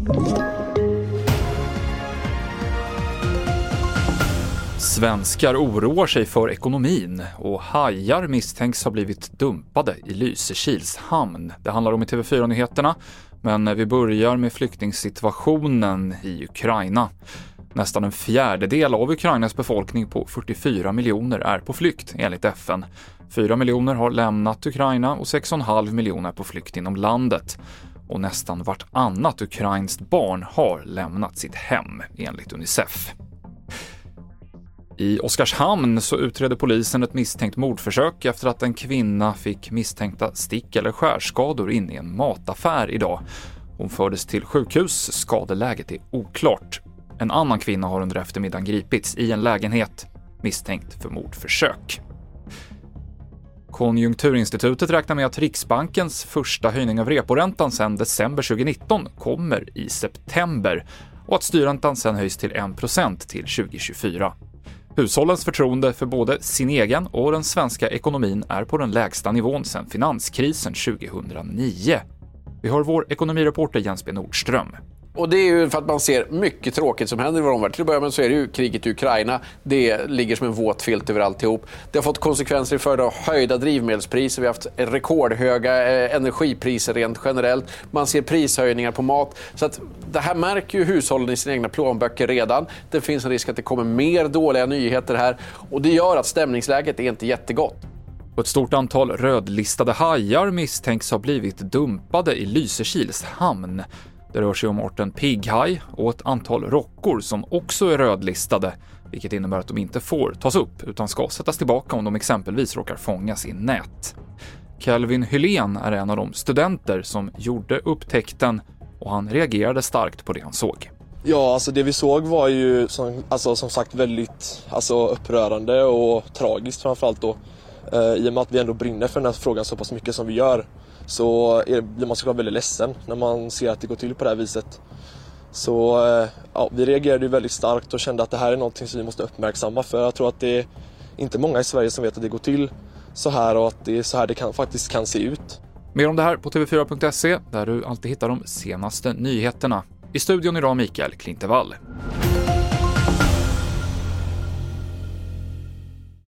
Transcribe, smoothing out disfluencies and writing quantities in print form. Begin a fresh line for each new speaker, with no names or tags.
Svenskar oroar sig för ekonomin och hajar misstänks ha blivit dumpade i Lysekils hamn. Det handlar om i TV4-nyheterna, men vi börjar med flyktingsituationen i Ukraina. Nästan en fjärdedel av Ukrainas befolkning på 44 miljoner är på flykt enligt FN. 4 miljoner har lämnat Ukraina och 6,5 miljoner är på flykt inom landet. Och nästan vartannat ukrainskt barn har lämnat sitt hem enligt Unicef. I Oskarshamn så utreder polisen ett misstänkt mordförsök efter att en kvinna fick misstänkta stick- eller skärskador in i en mataffär idag. Hon fördes till sjukhus, skadeläget är oklart. En annan kvinna har under eftermiddagen gripits i en lägenhet misstänkt för mordförsök. Konjunkturinstitutet räknar med att Riksbankens första höjning av reporäntan sedan december 2019 kommer i september och att styrräntan sedan höjs till 1% till 2024. Hushållens förtroende för både sin egen och den svenska ekonomin är på den lägsta nivån sedan finanskrisen 2009. Vi har vår ekonomireporter Jens B. Nordström.
Och det är ju för att man ser mycket tråkigt som händer i vår omvärld. Till att börja med så är det ju kriget i Ukraina. Det ligger som en våt filt över alltihop. Det har fått konsekvenser i form av höjda drivmedelspriser. Vi har haft rekordhöga energipriser rent generellt. Man ser prishöjningar på mat. Så att det här märker ju hushållen i sina egna plånböcker redan. Det finns en risk att det kommer mer dåliga nyheter här. Och det gör att stämningsläget är inte jättegott.
Och ett stort antal rödlistade hajar misstänks ha blivit dumpade i Lysekils hamn. Det rör sig om arten pigghaj och ett antal rockor som också är rödlistade, vilket innebär att de inte får tas upp utan ska sättas tillbaka om de exempelvis råkar fångas i nät. Kelvin Hylén är en av de studenter som gjorde upptäckten och han reagerade starkt på det han såg.
Ja, alltså det vi såg var ju som sagt väldigt upprörande och tragiskt framförallt då. I och med att vi ändå brinner för den här frågan så pass mycket som vi gör så blir man såklart väldigt ledsen när man ser att det går till på det här viset. Så vi reagerade ju väldigt starkt och kände att det här är någonting som vi måste uppmärksamma, för jag tror att det är inte många i Sverige som vet att det går till så här och att det är så här det faktiskt kan se ut.
Mer om det här på tv4.se där du alltid hittar de senaste nyheterna. I studion idag Mikael Klintevall.